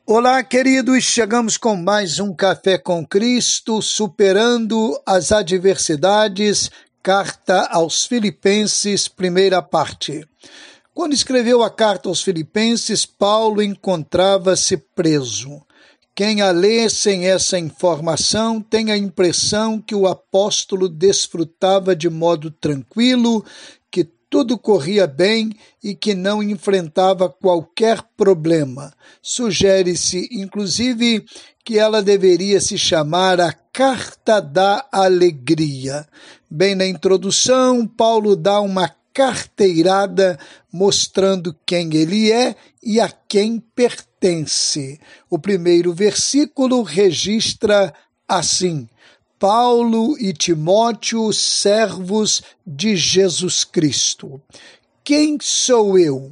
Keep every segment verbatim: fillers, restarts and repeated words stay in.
Olá, queridos, chegamos com mais um Café com Cristo, superando as adversidades, carta aos Filipenses, primeira parte. Quando escreveu a carta aos Filipenses, Paulo encontrava-se preso. Quem a lê sem essa informação tem a impressão que o apóstolo desfrutava de modo tranquilo, que tudo corria bem e que não enfrentava qualquer problema. Sugere-se, inclusive, que ela deveria se chamar a Carta da Alegria. Bem na introdução, Paulo dá uma carteirada mostrando quem ele é e a quem pertence. O primeiro versículo registra assim: Paulo e Timóteo, servos de Jesus Cristo. Quem sou eu?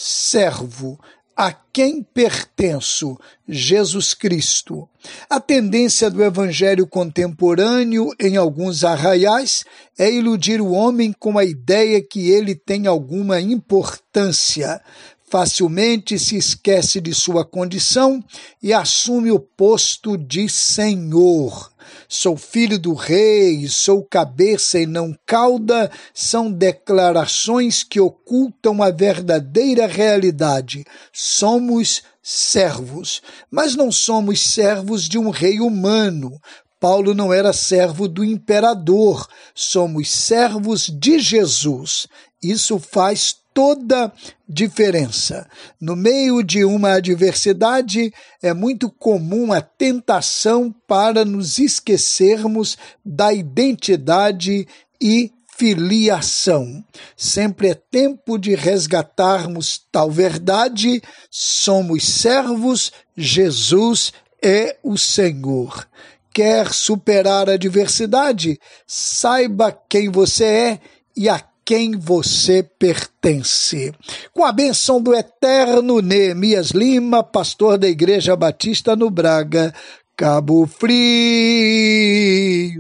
Servo. A quem pertenço? Jesus Cristo. A tendência do evangelho contemporâneo em alguns arraiais é iludir o homem com a ideia que ele tem alguma importância. Facilmente se esquece de sua condição e assume o posto de Senhor. Sou filho do rei, sou cabeça e não cauda, são declarações que ocultam a verdadeira realidade. Somos servos, mas não somos servos de um rei humano. Paulo não era servo do imperador, somos servos de Jesus. Isso faz toda diferença. No meio de uma adversidade, é muito comum a tentação para nos esquecermos da identidade e filiação. Sempre é tempo de resgatarmos tal verdade. Somos servos, Jesus é o Senhor. Quer superar a adversidade? Saiba quem você é e a quem você pertence. Com a bênção do eterno Neemias Lima, pastor da Igreja Batista no Braga, Cabo Frio.